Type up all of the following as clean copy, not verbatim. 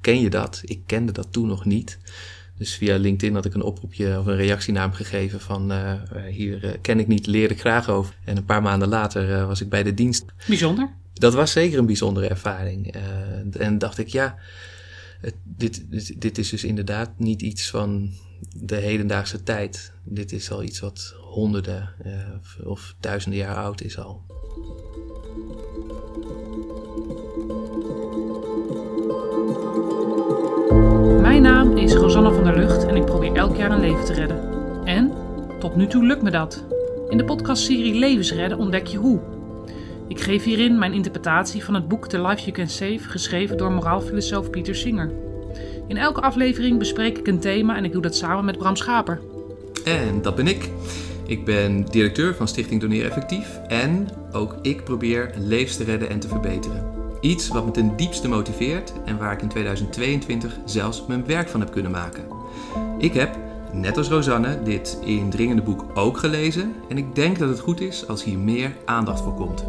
ken je dat? Ik kende dat toen nog niet. Dus via LinkedIn had ik een oproepje of een reactienaam gegeven van hier ken ik niet, leer ik graag over. En een paar maanden later was ik bij de dienst. Bijzonder. Dat was zeker een bijzondere ervaring. En dacht ik, dit is dus inderdaad niet iets van de hedendaagse tijd. Dit is al iets wat honderden of duizenden jaar oud is al. Mijn naam is Rosanne van der Lugt en ik probeer elk jaar een leven te redden. En tot nu toe lukt me dat. In de podcastserie Levens redden ontdek je hoe. Ik geef hierin mijn interpretatie van het boek The Life You Can Save, geschreven door moraalfilosoof Peter Singer. In elke aflevering bespreek ik een thema en ik doe dat samen met Bram Schaper. En dat ben ik. Ik ben directeur van Stichting Doneer Effectief en ook ik probeer levens te redden en te verbeteren. Iets wat me ten diepste motiveert en waar ik in 2022 zelfs mijn werk van heb kunnen maken. Ik heb, net als Rosanne, dit indringende boek ook gelezen en ik denk dat het goed is als hier meer aandacht voor komt.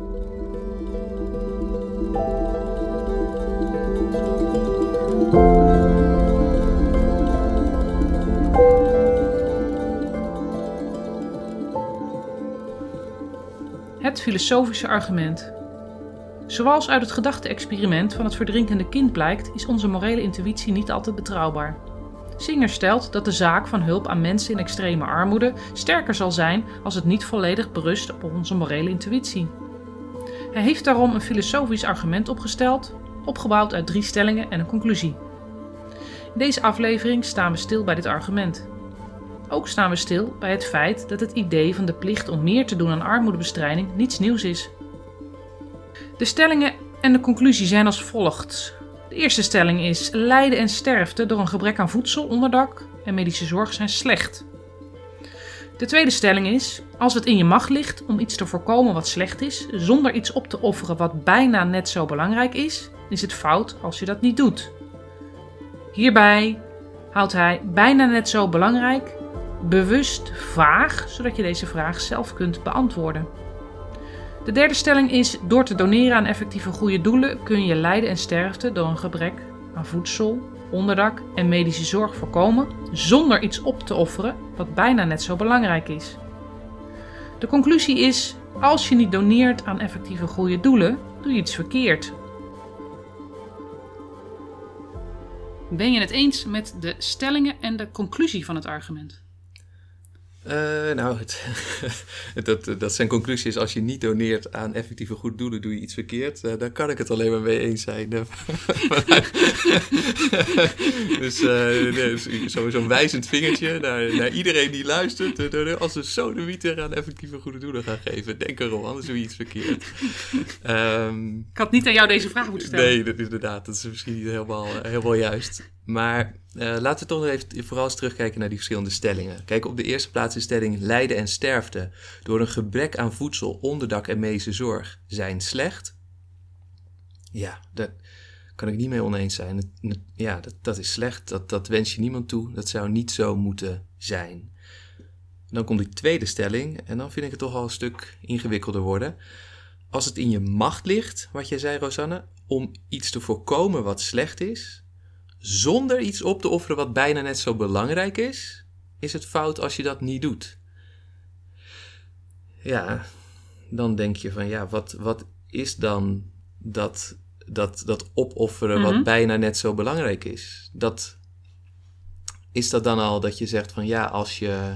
Het filosofische argument. Zoals uit het gedachte-experiment van het verdrinkende kind blijkt, is onze morele intuïtie niet altijd betrouwbaar. Singer stelt dat de zaak van hulp aan mensen in extreme armoede sterker zal zijn als het niet volledig berust op onze morele intuïtie. Hij heeft daarom een filosofisch argument opgesteld, opgebouwd uit 3 stellingen en een conclusie. In deze aflevering staan we stil bij dit argument. Ook staan we stil bij het feit dat het idee van de plicht om meer te doen aan armoedebestrijding niets nieuws is. De stellingen en de conclusie zijn als volgt. De eerste stelling is: lijden en sterfte door een gebrek aan voedsel, onderdak en medische zorg zijn slecht. De tweede stelling is: als het in je macht ligt om iets te voorkomen wat slecht is, zonder iets op te offeren wat bijna net zo belangrijk is het fout als je dat niet doet. Hierbij houdt hij bijna net zo belangrijk bewust vaag, zodat je deze vraag zelf kunt beantwoorden. De derde stelling is: door te doneren aan effectieve goede doelen kun je lijden en sterfte door een gebrek aan voedsel, onderdak en medische zorg voorkomen, zonder iets op te offeren wat bijna net zo belangrijk is. De conclusie is: als je niet doneert aan effectieve goede doelen, doe je iets verkeerd. Ben je het eens met de stellingen en de conclusie van het argument? Dat zijn conclusies. Als je niet doneert aan effectieve goede doelen, doe je iets verkeerd. Daar kan ik het alleen maar mee eens zijn. Dus zo'n wijzend vingertje naar iedereen die luistert. Als we sodemieter aan effectieve goede doelen gaan geven, denk erom, anders doe je iets verkeerd. Ik had niet aan jou deze vraag moeten stellen. Nee, dat is misschien niet helemaal juist. Maar laten we toch nog even vooral eens terugkijken naar die verschillende stellingen. Kijk, op de eerste plaats de stelling: lijden en sterfte door een gebrek aan voedsel, onderdak en medische zorg zijn slecht. Ja, daar kan ik niet mee oneens zijn. Ja, dat is slecht. Dat wens je niemand toe. Dat zou niet zo moeten zijn. Dan komt die tweede stelling en dan vind ik het toch al een stuk ingewikkelder worden. Als het in je macht ligt, wat jij zei, Rosanne, om iets te voorkomen wat slecht is, zonder iets op te offeren wat bijna net zo belangrijk is het fout als je dat niet doet. Ja, dan denk je van ja, wat is dan dat opofferen wat bijna net zo belangrijk is? Is dat dan al dat je zegt van ja, als je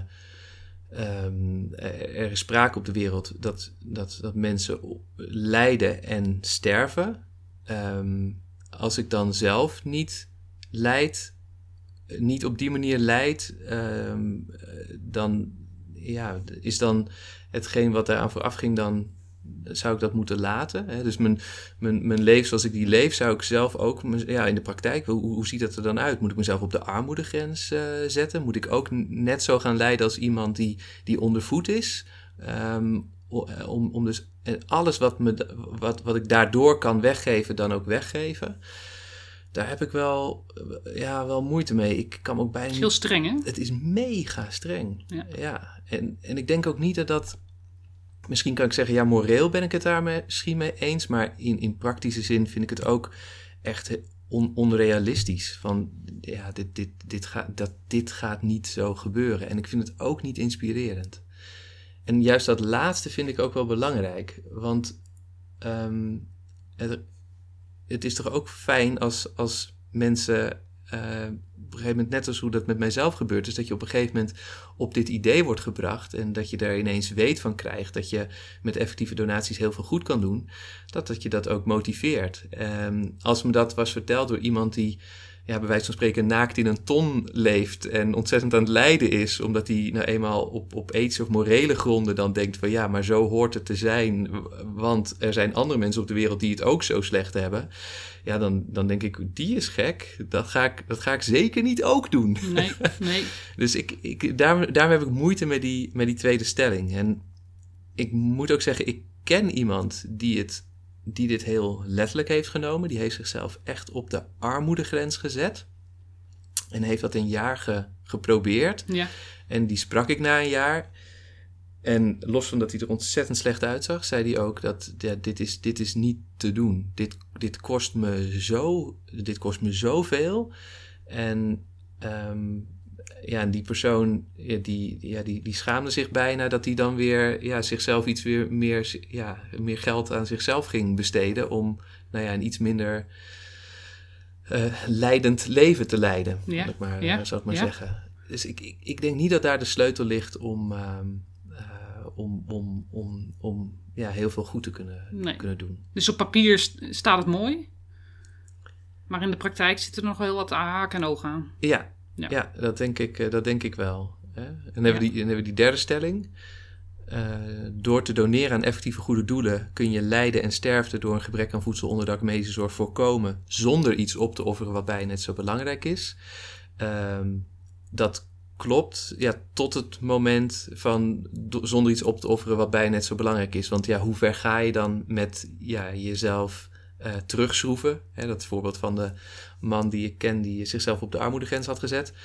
er is sprake op de wereld dat mensen lijden en sterven. Als ik dan zelf niet lijd, niet op die manier lijd, dan is dan hetgeen wat eraan vooraf ging, dan zou ik dat moeten laten. Hè? Dus mijn leven zoals ik die leef, zou ik zelf ook in de praktijk, hoe ziet dat er dan uit? Moet ik mezelf op de armoedegrens zetten? Moet ik ook net zo gaan lijden als iemand die ondervoed is? Om dus alles wat ik daardoor kan weggeven, dan ook weggeven. Daar heb ik wel moeite mee. Ik kan ook bijna. Het is heel streng, hè? Het is mega streng. Ja. En ik denk ook niet dat. Misschien kan ik zeggen, ja, moreel ben ik het daar misschien mee eens. Maar in praktische zin vind ik het ook echt onrealistisch. Van dit gaat niet zo gebeuren. En ik vind het ook niet inspirerend. En juist dat laatste vind ik ook wel belangrijk. Want het is toch ook fijn als mensen op een gegeven moment, net als hoe dat met mijzelf gebeurt, is dat je op een gegeven moment op dit idee wordt gebracht en dat je daar ineens weet van krijgt dat je met effectieve donaties heel veel goed kan doen, dat je dat ook motiveert. Als me dat was verteld door iemand die bij wijze van spreken naakt in een ton leeft en ontzettend aan het lijden is, omdat hij nou eenmaal op ethische of morele gronden dan denkt van ja, maar zo hoort het te zijn, want er zijn andere mensen op de wereld die het ook zo slecht hebben. Ja, dan denk ik, die is gek. Dat ga ik zeker niet ook doen. Nee. Dus daarom heb ik moeite met die tweede stelling. En ik moet ook zeggen, ik ken iemand die dit heel letterlijk heeft genomen. Die heeft zichzelf echt op de armoedegrens gezet. En heeft dat een jaar geprobeerd. Ja. En die sprak ik na een jaar. En los van dat hij er ontzettend slecht uitzag, zei hij ook dat dit is niet te doen. Dit kost me zoveel. En en die persoon die schaamde zich bijna dat hij dan weer zichzelf iets weer meer geld aan zichzelf ging besteden om een iets minder leidend leven te leiden, zou ik maar zeggen. Dus ik denk niet dat daar de sleutel ligt om heel veel goed te kunnen doen. Dus op papier staat het mooi, maar in de praktijk zit er nog heel wat haken en ogen aan. Ja, dat denk ik wel. Hè? En dan hebben we die derde stelling. Door te doneren aan effectieve goede doelen kun je lijden en sterfte door een gebrek aan voedsel, onderdak, medische zorg voorkomen zonder iets op te offeren wat bijna net zo belangrijk is. Dat klopt, tot het moment van zonder iets op te offeren wat bijna net zo belangrijk is. Want hoe ver ga je dan met jezelf terugschroeven? Hè, dat voorbeeld van de man die ik ken die zichzelf op de armoedegrens had gezet.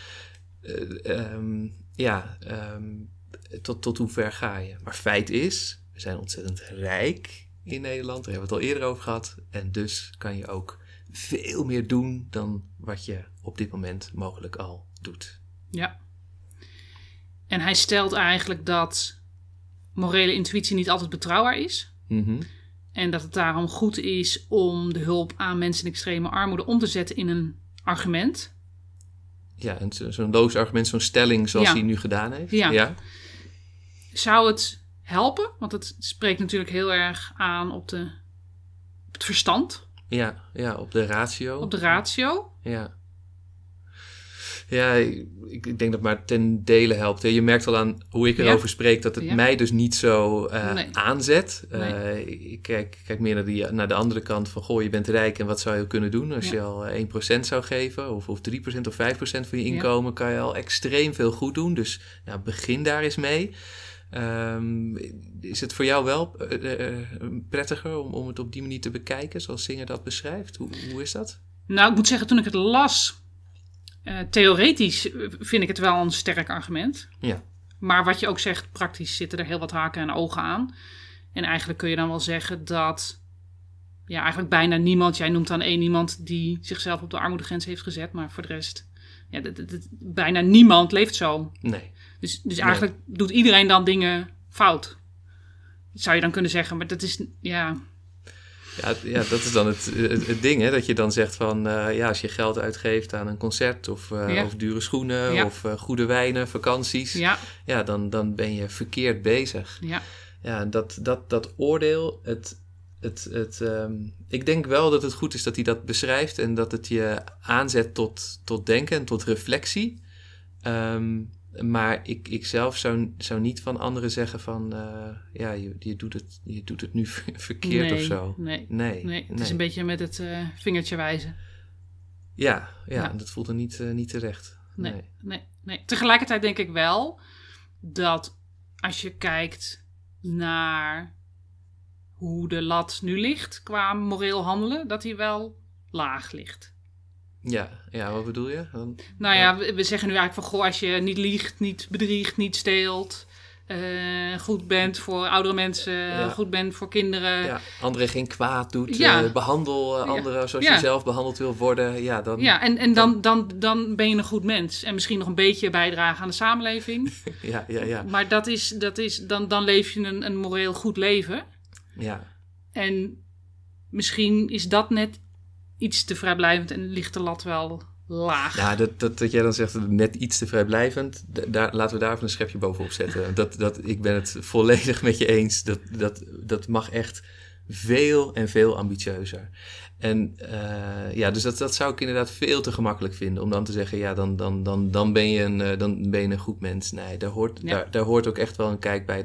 Tot hoe ver ga je? Maar feit is, we zijn ontzettend rijk in Nederland. Daar hebben we het al eerder over gehad. En dus kan je ook veel meer doen dan wat je op dit moment mogelijk al doet. Ja. En hij stelt eigenlijk dat morele intuïtie niet altijd betrouwbaar is. Mm-hmm. En dat het daarom goed is om de hulp aan mensen in extreme armoede om te zetten in een argument. Ja, en zo'n logisch argument, zo'n stelling zoals hij nu gedaan heeft. Ja. Zou het helpen? Want het spreekt natuurlijk heel erg aan op het verstand. Ja, op de ratio. Op de ratio. Ja, ik denk dat maar ten dele helpt. Je merkt al aan hoe ik erover spreek dat het mij dus niet zo aanzet. Nee. Ik kijk meer naar de andere kant van, goh, je bent rijk en wat zou je kunnen doen? Als je al 1% zou geven of 3% of 5% van je inkomen, kan je al extreem veel goed doen. Dus begin daar eens mee. Is het voor jou wel prettiger om het op die manier te bekijken, zoals Singer dat beschrijft? Hoe is dat? Nou, ik moet zeggen, toen ik het las, theoretisch vind ik het wel een sterk argument. Ja. Maar wat je ook zegt, praktisch zitten er heel wat haken en ogen aan. En eigenlijk kun je dan wel zeggen dat eigenlijk bijna niemand, jij noemt dan één iemand die zichzelf op de armoedegrens heeft gezet, maar voor de rest, bijna niemand leeft zo. Nee. Dus eigenlijk doet iedereen dan dingen fout. Zou je dan kunnen zeggen, maar dat is, Ja, dat is dan het ding, hè? Dat je dan zegt van, als je geld uitgeeft aan een concert of dure schoenen of goede wijnen, vakanties, dan ben je verkeerd bezig. Ja, dat oordeel, ik denk wel dat het goed is dat hij dat beschrijft en dat het je aanzet tot denken en tot reflectie. Maar ik zelf zou niet van anderen zeggen van, je doet het nu verkeerd of zo. Nee. Het is een beetje met het vingertje wijzen. Ja, dat voelt er niet terecht. Nee. Tegelijkertijd denk ik wel dat als je kijkt naar hoe de lat nu ligt qua moreel handelen, dat die wel laag ligt. Ja, wat bedoel je? We zeggen nu eigenlijk van, goh, als je niet liegt, niet bedriegt, niet steelt, goed bent voor oudere mensen, goed bent voor kinderen. Ja, anderen geen kwaad doet. Behandel anderen zoals je zelf behandeld wil worden. Ja, dan ben je een goed mens. En misschien nog een beetje bijdragen aan de samenleving. Ja. Maar dan leef je een moreel goed leven. Ja. En misschien is dat net iets te vrijblijvend en ligt de lat wel laag. Ja, dat jij dan zegt net iets te vrijblijvend, laten we daar even een schepje bovenop zetten. Ik ben het volledig met je eens. Dat mag echt veel en veel ambitieuzer. En dus dat zou ik inderdaad veel te gemakkelijk vinden. Om dan te zeggen, ja, dan ben je een goed mens. Nee, daar hoort ook echt wel een kijk bij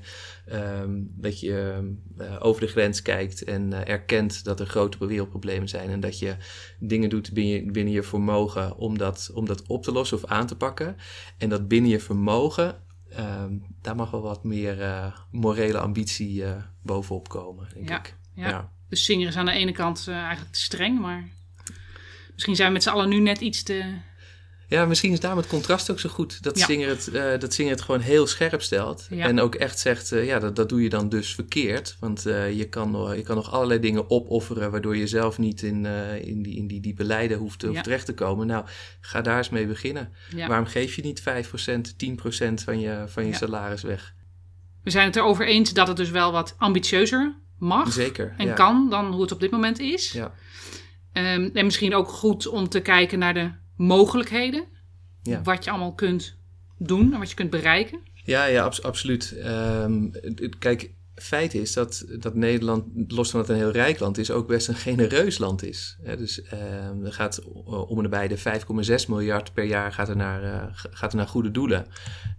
dat je over de grens kijkt en erkent dat er grote wereldproblemen zijn. En dat je dingen doet binnen je vermogen om dat op te lossen of aan te pakken. En dat binnen je vermogen, daar mag wel wat meer morele ambitie bovenop komen, denk ik. Ja. Dus Singer is aan de ene kant eigenlijk te streng, maar misschien zijn we met z'n allen nu net iets te... Ja, misschien is daarom het contrast ook zo goed. Dat Singer het gewoon heel scherp stelt. Ja. En ook echt zegt, dat doe je dan dus verkeerd. Want je kan nog allerlei dingen opofferen, waardoor je zelf niet in die diepe lijden hoeft terecht te komen. Nou, ga daar eens mee beginnen. Ja. Waarom geef je niet 5%, 10% van je salaris weg? We zijn het erover eens dat het dus wel wat ambitieuzer mag. Zeker, en kan dan hoe het op dit moment is. Ja. En misschien ook goed om te kijken naar de mogelijkheden. Ja. Wat je allemaal kunt doen en wat je kunt bereiken. Ja, absoluut. Kijk, feit is dat Nederland, los van dat het een heel rijk land is, ook best een genereus land is. Dus er gaat om en bij de 5,6 miljard per jaar gaat er naar goede doelen.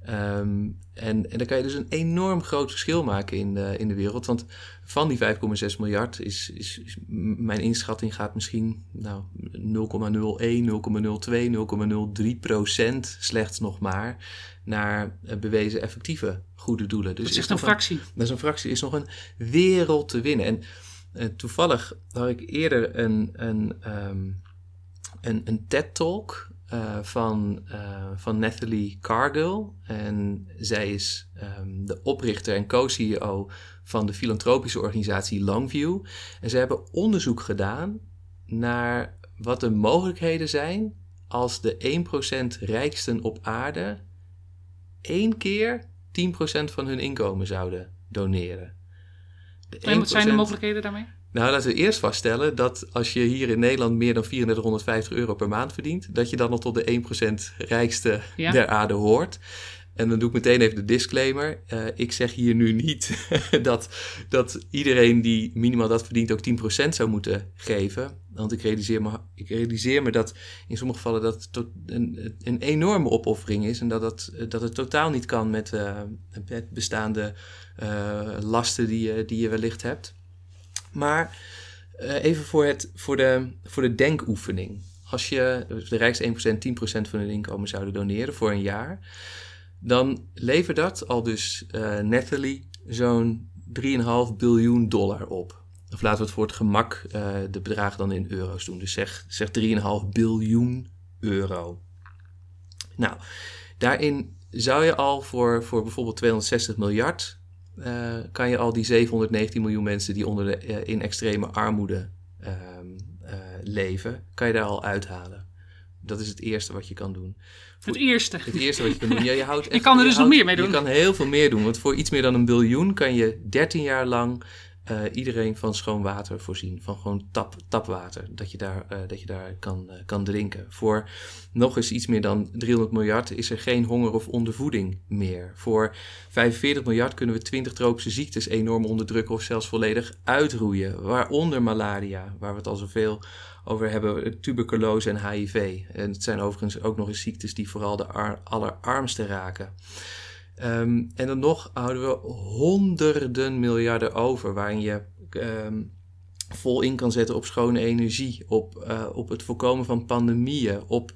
En dan kan je dus een enorm groot verschil maken in de wereld. Want van die 5,6 miljard is mijn inschatting gaat misschien 0,01, 0,02, 0,03% slechts nog maar naar bewezen effectieve goede doelen. Dus dat is echt een fractie. Dat is een fractie, is nog een wereld te winnen. En toevallig had ik eerder een TED-talk van Nathalie Cargill. En zij is de oprichter en co-CEO van de filantropische organisatie Longview. En ze hebben onderzoek gedaan naar wat de mogelijkheden zijn als de 1% rijksten op aarde 1 keer 10% van hun inkomen zouden doneren. En wat zijn de mogelijkheden daarmee? Nou, laten we eerst vaststellen dat als je hier in Nederland meer dan €3450 per maand verdient, dat je dan nog tot de 1% rijkste der aarde hoort. En dan doe ik meteen even de disclaimer. Ik zeg hier nu niet dat iedereen die minimaal dat verdient ook 10% zou moeten geven. Want ik realiseer me dat in sommige gevallen dat een enorme opoffering is. En dat het totaal niet kan met bestaande lasten die je wellicht hebt. Maar even voor de denkoefening. Als je de rijkste 1% 10% van hun inkomen zouden doneren voor een jaar, dan levert dat al dus Nathalie zo'n $3,5 biljoen op. Of laten we het voor het gemak de bedragen dan in euro's doen. Dus zeg €3,5 biljoen. Nou, daarin zou je al voor bijvoorbeeld 260 miljard... kan je al die 719 miljoen mensen die in extreme armoede leven, kan je daar al uithalen. Dat is het eerste wat je kan doen. Het eerste wat je kan doen. Ja, je kan er dus nog meer mee doen. Je kan heel veel meer doen. Want voor iets meer dan $1 biljoen kan je 13 jaar lang iedereen van schoon water voorzien. Van gewoon tapwater. Dat je daar kan drinken. Voor nog eens iets meer dan 300 miljard is er geen honger of ondervoeding meer. Voor 45 miljard kunnen we 20 tropische ziektes enorm onderdrukken of zelfs volledig uitroeien. Waaronder malaria, waar we het al zoveel over hebben, tuberculose en HIV. En het zijn overigens ook nog eens ziektes die vooral de allerarmsten raken. En dan nog houden we honderden miljarden over, waarin je vol in kan zetten op schone energie, op het voorkomen van pandemieën, op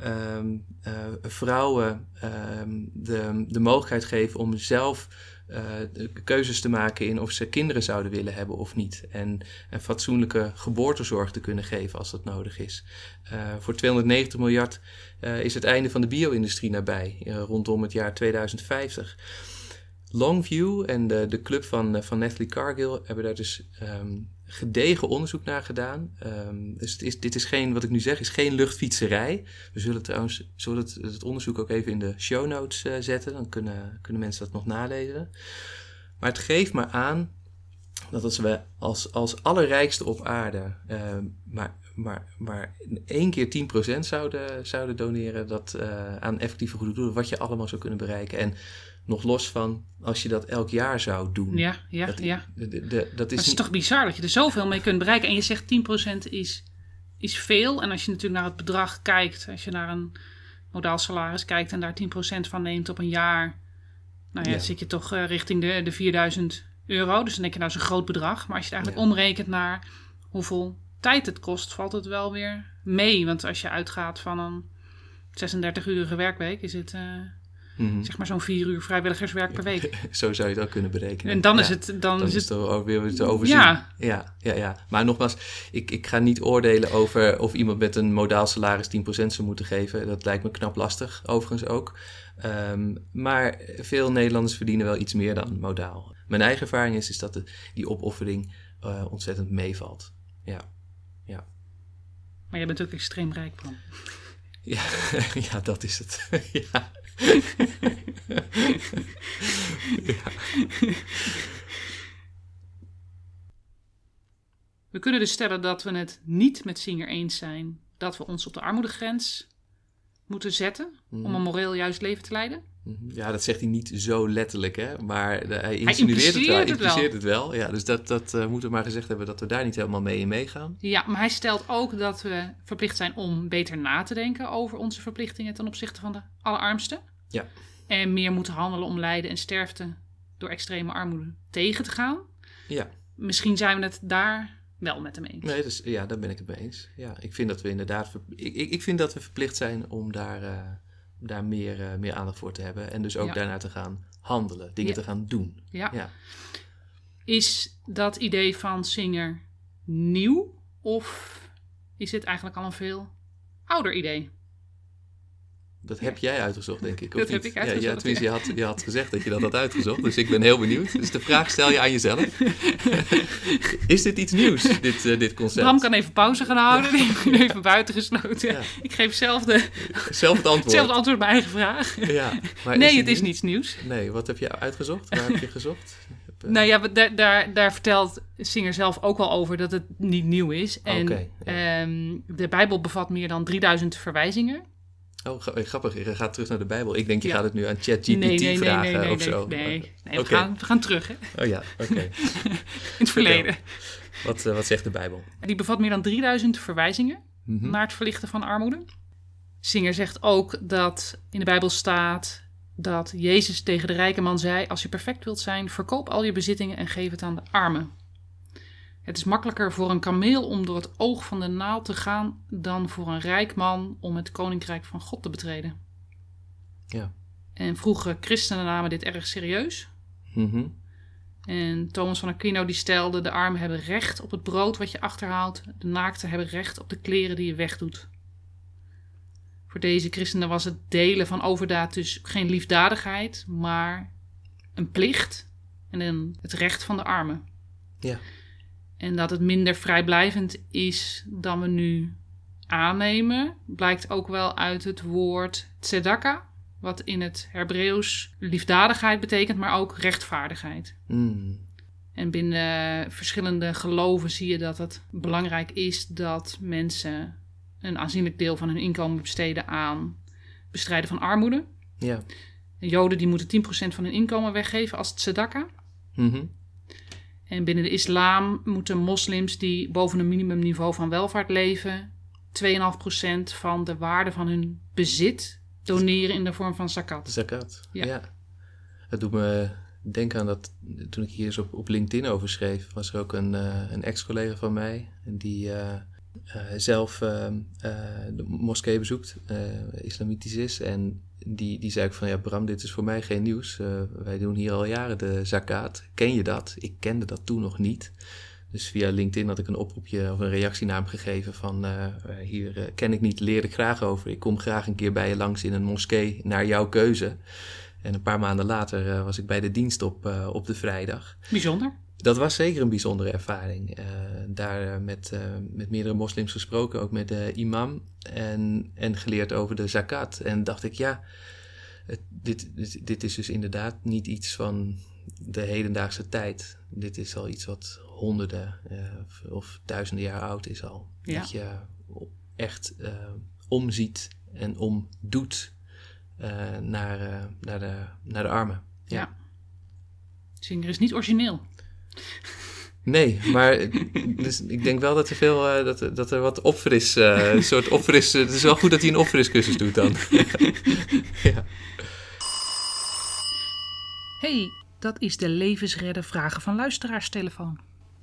vrouwen de mogelijkheid geven om zelf keuzes te maken in of ze kinderen zouden willen hebben of niet. En fatsoenlijke geboortezorg te kunnen geven als dat nodig is. Voor 290 miljard is het einde van de bio-industrie nabij, rondom het jaar 2050. Longview en de club van Nathalie Cargill hebben daar dus gedegen onderzoek naar gedaan. Dus dit is geen, wat ik nu zeg, is geen luchtfietserij. We zullen trouwens het onderzoek ook even in de show notes zetten. Dan kunnen mensen dat nog nalezen. Maar het geeft maar aan dat als we als allerrijkste op aarde maar 1 keer 10% zouden doneren dat, aan effectieve goede doelen, wat je allemaal zou kunnen bereiken. En nog los van als je dat elk jaar zou doen. Ja. Dat is toch bizar dat je er zoveel mee kunt bereiken. En je zegt 10% is veel. En als je natuurlijk naar het bedrag kijkt, als je naar een modaal salaris kijkt en daar 10% van neemt op een jaar, dan zit je toch richting de 4.000 euro. Dus dan denk je, nou is een groot bedrag. Maar als je het eigenlijk omrekent naar hoeveel tijd het kost, valt het wel weer mee. Want als je uitgaat van een 36-urige werkweek, is het zeg maar zo'n 4 uur vrijwilligerswerk per week. Zo zou je het ook kunnen berekenen. En dan is het... Dan is het ook weer te overzien. Ja. Maar nogmaals, ik ga niet oordelen over of iemand met een modaal salaris 10% zou moeten geven. Dat lijkt me knap lastig, overigens ook. Maar veel Nederlanders verdienen wel iets meer dan modaal. Mijn eigen ervaring is dat die opoffering ontzettend meevalt. Ja. Maar jij bent ook extreem rijk, Bram. Ja, dat is het. Ja. We kunnen dus stellen dat we het niet met Singer eens zijn dat we ons op de armoedegrens moeten zetten om een moreel juist leven te leiden. Ja, dat zegt hij niet zo letterlijk, hè? Maar hij impliceert het wel. Ja, dus dat moeten we maar gezegd hebben dat we daar niet helemaal mee in meegaan. Ja, maar hij stelt ook dat we verplicht zijn om beter na te denken over onze verplichtingen ten opzichte van de allerarmsten. Ja. En meer moeten handelen om lijden en sterfte door extreme armoede tegen te gaan. Ja. Misschien zijn we het daar wel met hem eens. Nee, dus, ja, daar ben ik het mee eens. Ja, ik vind dat we inderdaad ik vind dat we verplicht zijn om daar meer aandacht voor te hebben. En dus ook daarnaar te gaan handelen, dingen te gaan doen. Ja. Is dat idee van Singer nieuw? Of is dit eigenlijk al een veel ouder idee? Dat heb jij uitgezocht, denk ik. Of dat niet? Heb ik uitgezocht. Tenminste, je had gezegd dat je dat had uitgezocht. Dus ik ben heel benieuwd. Dus de vraag stel je aan jezelf. Is dit iets nieuws, dit concept? Bram kan even pauze gaan houden. Ik ben even buitengesloten. Ja. Ik geef zelf het antwoord. Hetzelfde antwoord op mijn eigen vraag. Ja, maar nee, het is niets nieuws. Nee, wat heb je uitgezocht? Waar heb je gezocht? Nou ja, daar vertelt Singer zelf ook wel over dat het niet nieuw is. En de Bijbel bevat meer dan 3000 verwijzingen. Oh, grappig. Je gaat terug naar de Bijbel. Ik denk, je gaat het nu aan ChatGPT vragen of zo. Nee, we gaan terug, hè. Oh ja, oké. In het verleden. Wat zegt de Bijbel? Die bevat meer dan 3000 verwijzingen naar het verlichten van armoede. Singer zegt ook dat in de Bijbel staat dat Jezus tegen de rijke man zei: als je perfect wilt zijn, verkoop al je bezittingen en geef het aan de armen. Het is makkelijker voor een kameel om door het oog van de naald te gaan dan voor een rijk man om het koninkrijk van God te betreden. Ja. En vroege christenen namen dit erg serieus. En Thomas van Aquino die stelde: de armen hebben recht op het brood wat je achterhaalt. De naakten hebben recht op de kleren die je wegdoet. Voor deze christenen was het delen van overdaad dus geen liefdadigheid, maar een plicht en het recht van de armen. Ja. En dat het minder vrijblijvend is dan we nu aannemen, blijkt ook wel uit het woord tzedaka, wat in het Hebreeuws liefdadigheid betekent, maar ook rechtvaardigheid. En binnen verschillende geloven zie je dat het belangrijk is dat mensen een aanzienlijk deel van hun inkomen besteden aan bestrijden van armoede. Ja. Joden die moeten 10% van hun inkomen weggeven als tzedaka. En binnen de islam moeten moslims die boven een minimumniveau van welvaart leven 2,5% van de waarde van hun bezit doneren in de vorm van zakat. Zakat, ja. Het doet me denken aan dat toen ik hier eens op LinkedIn over schreef, was er ook een ex-collega van mij die zelf de moskee bezoekt, islamitisch is. En die zei ook van, ja Bram, dit is voor mij geen nieuws. Wij doen hier al jaren de zakat. Ken je dat? Ik kende dat toen nog niet. Dus via LinkedIn had ik een oproepje of een reactie naar hem gegeven van hier ken ik niet, leer ik graag over. Ik kom graag een keer bij je langs in een moskee naar jouw keuze. En een paar maanden later was ik bij de dienst op de vrijdag. Bijzonder. Dat was zeker een bijzondere ervaring. Daar met meerdere moslims gesproken, ook met de imam. En geleerd over de zakat. En dacht ik, dit is dus inderdaad niet iets van de hedendaagse tijd. Dit is al iets wat honderden of duizenden jaar oud is al. Ja. Dat je echt omziet en omdoet naar de armen. Ja. Singer is niet origineel. Nee, maar dus ik denk wel dat er veel dat er wat opfris, een soort opfris. Het is wel goed dat hij een opfriscursus doet dan. Ja. Hey, dat is de levensredder vragen van luisteraarstelefoon.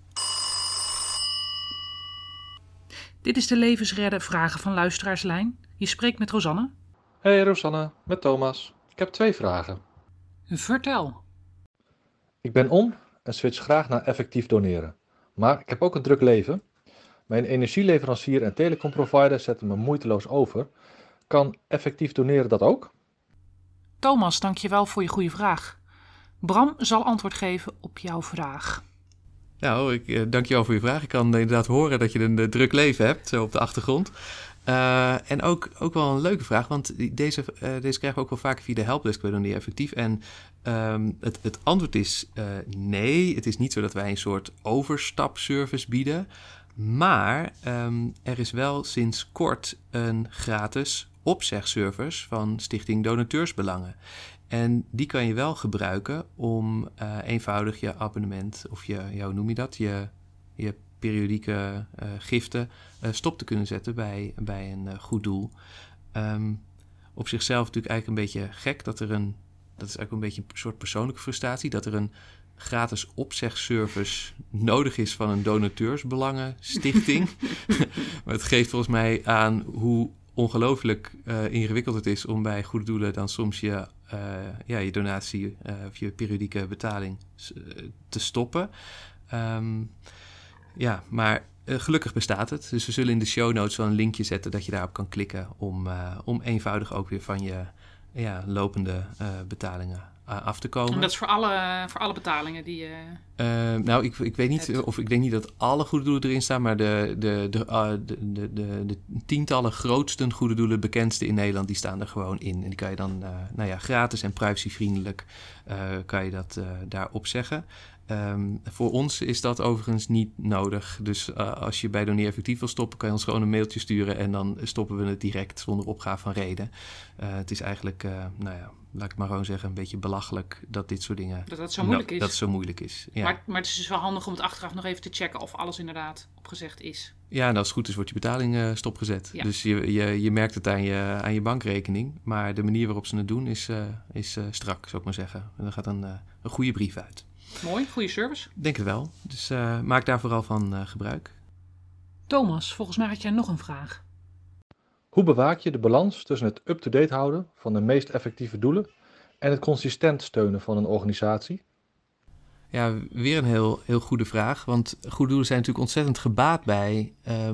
Dit is de levensredder vragen van luisteraarslijn. Je spreekt met Rosanne. Hey Rosanne, met Thomas. Ik heb 2 vragen. Vertel. Ik ben om en switch graag naar effectief doneren. Maar ik heb ook een druk leven. Mijn energieleverancier en telecomprovider zetten me moeiteloos over. Kan effectief doneren dat ook? Thomas, dankjewel voor je goede vraag. Bram zal antwoord geven op jouw vraag. Nou, ik dank je wel voor je vraag. Ik kan inderdaad horen dat je een druk leven hebt, zo op de achtergrond. En ook wel een leuke vraag, want deze krijgen we ook wel vaker via de helpdesk bij Doneer Effectief. En het antwoord is nee, het is niet zo dat wij een soort overstapservice bieden. Maar er is wel sinds kort een gratis opzegservice van Stichting Donateursbelangen. En die kan je wel gebruiken om eenvoudig je abonnement, of hoe noem je dat, je periodieke giften stop te kunnen zetten bij een goed doel. Op zichzelf natuurlijk eigenlijk een beetje gek dat is eigenlijk een beetje een soort persoonlijke frustratie, dat er een gratis opzegservice nodig is van een donateursbelangenstichting. Maar het geeft volgens mij aan hoe ongelooflijk ingewikkeld het is om bij goede doelen dan soms je donatie of je periodieke betaling te stoppen. Maar gelukkig bestaat het. Dus we zullen in de show notes wel een linkje zetten dat je daarop kan klikken om eenvoudig ook weer van je lopende betalingen af te komen. En dat is voor alle betalingen die je... Ik weet niet, of ik denk niet dat alle goede doelen erin staan, maar de tientallen grootste goede doelen, bekendste in Nederland, die staan er gewoon in. En die kan je dan gratis en privacyvriendelijk kan je dat daarop zeggen. Voor ons is dat overigens niet nodig. Dus als je bij Doneer Effectief wil stoppen, kan je ons gewoon een mailtje sturen en dan stoppen we het direct zonder opgave van reden. Het is eigenlijk, laat ik maar gewoon zeggen, een beetje belachelijk dat dit soort dingen... Dat zo moeilijk is. Dat het zo moeilijk is, ja. Maar het is dus wel handig om het achteraf nog even te checken of alles inderdaad opgezegd is. Ja, en als het goed is wordt je betaling stopgezet. Ja. Dus je merkt het aan je bankrekening. Maar de manier waarop ze het doen is strak, zou ik maar zeggen. En er gaat een goede brief uit. Mooi, goede service. Ik denk het wel. Dus maak daar vooral van gebruik. Thomas, volgens mij had jij nog een vraag. Hoe bewaak je de balans tussen het up-to-date houden van de meest effectieve doelen en het consistent steunen van een organisatie? Ja, weer een heel goede vraag. Want goede doelen zijn natuurlijk ontzettend gebaat bij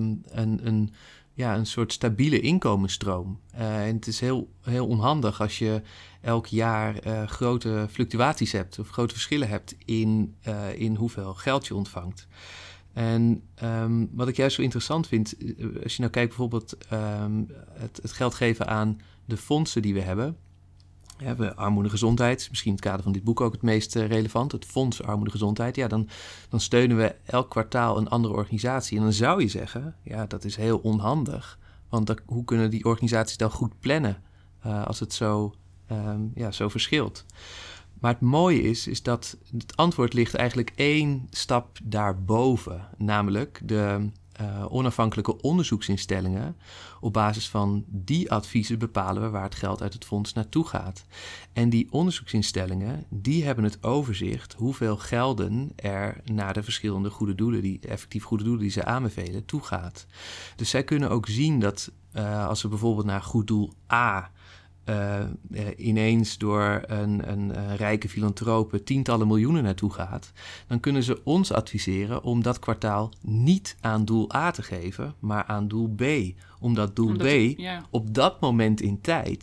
een soort stabiele inkomensstroom. En het is heel onhandig als je elk jaar grote fluctuaties hebt of grote verschillen hebt in hoeveel geld je ontvangt. En wat ik juist zo interessant vind, als je nou kijkt bijvoorbeeld het geld geven aan de fondsen die we hebben. We hebben armoede en gezondheid, misschien in het kader van dit boek ook het meest relevant, het Fonds Armoede en Gezondheid. Ja, dan steunen we elk kwartaal een andere organisatie. En dan zou je zeggen, ja, dat is heel onhandig. Want hoe kunnen die organisaties dan goed plannen als het zo verschilt? Maar het mooie is dat het antwoord ligt eigenlijk 1 stap daarboven. Namelijk de onafhankelijke onderzoeksinstellingen. Op basis van die adviezen bepalen we waar het geld uit het fonds naartoe gaat. En die onderzoeksinstellingen, die hebben het overzicht hoeveel gelden er naar de verschillende goede doelen, effectief goede doelen die ze aanbevelen, toe gaat. Dus zij kunnen ook zien dat als we bijvoorbeeld naar goed doel A ineens door een rijke filantrope tientallen miljoenen naartoe gaat, dan kunnen ze ons adviseren om dat kwartaal niet aan doel A te geven, maar aan doel B. Omdat doel B op dat moment in tijd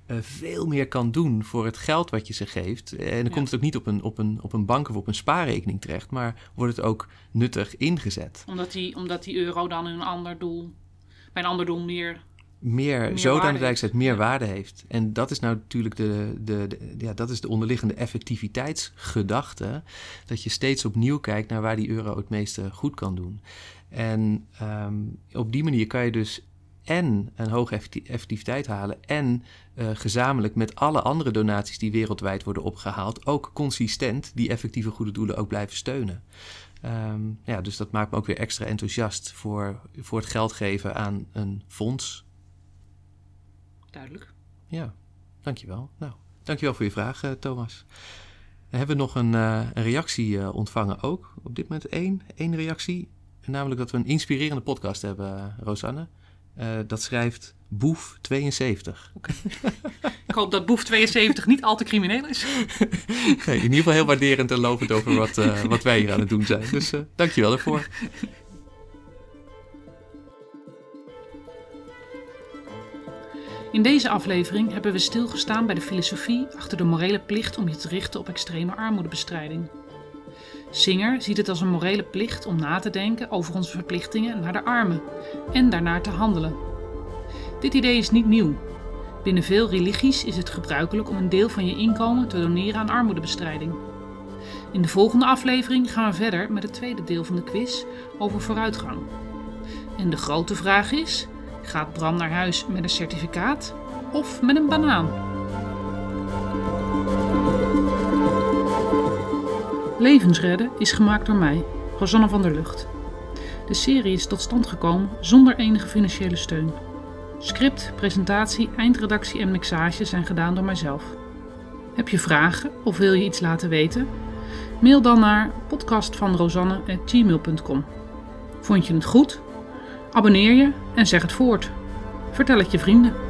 veel meer kan doen voor het geld wat je ze geeft. En dan komt het ook niet op een bank of op een spaarrekening terecht, maar wordt het ook nuttig ingezet. Omdat die euro dan bij een ander doel meer zodanigheid meer waarde heeft. En dat is nou natuurlijk dat is de onderliggende effectiviteitsgedachte, dat je steeds opnieuw kijkt naar waar die euro het meeste goed kan doen. En op die manier kan je dus en een hoge effectiviteit halen en gezamenlijk met alle andere donaties die wereldwijd worden opgehaald ook consistent die effectieve goede doelen ook blijven steunen. Dus dat maakt me ook weer extra enthousiast voor het geld geven aan een fonds. Duidelijk. Ja, dankjewel. Nou, dankjewel voor je vraag, Thomas. We hebben nog een reactie ontvangen ook. Op dit moment één reactie. Namelijk dat we een inspirerende podcast hebben, Rosanne. Dat schrijft Boef72. Okay. Ik hoop dat Boef72 niet al te crimineel is. Nee, in ieder geval heel waarderend en lovend over wat wij hier aan het doen zijn. Dus dankjewel daarvoor. In deze aflevering hebben we stilgestaan bij de filosofie achter de morele plicht om je te richten op extreme armoedebestrijding. Singer ziet het als een morele plicht om na te denken over onze verplichtingen naar de armen en daarnaar te handelen. Dit idee is niet nieuw. Binnen veel religies is het gebruikelijk om een deel van je inkomen te doneren aan armoedebestrijding. In de volgende aflevering gaan we verder met het tweede deel van de quiz over vooruitgang. En de grote vraag is: gaat Bram naar huis met een certificaat of met een banaan? Levensredden is gemaakt door mij, Rosanne van der Lugt. De serie is tot stand gekomen zonder enige financiële steun. Script, presentatie, eindredactie en mixage zijn gedaan door mijzelf. Heb je vragen of wil je iets laten weten? Mail dan naar podcastvanrosanne@gmail.com. Vond je het goed? Abonneer je en zeg het voort. Vertel het je vrienden.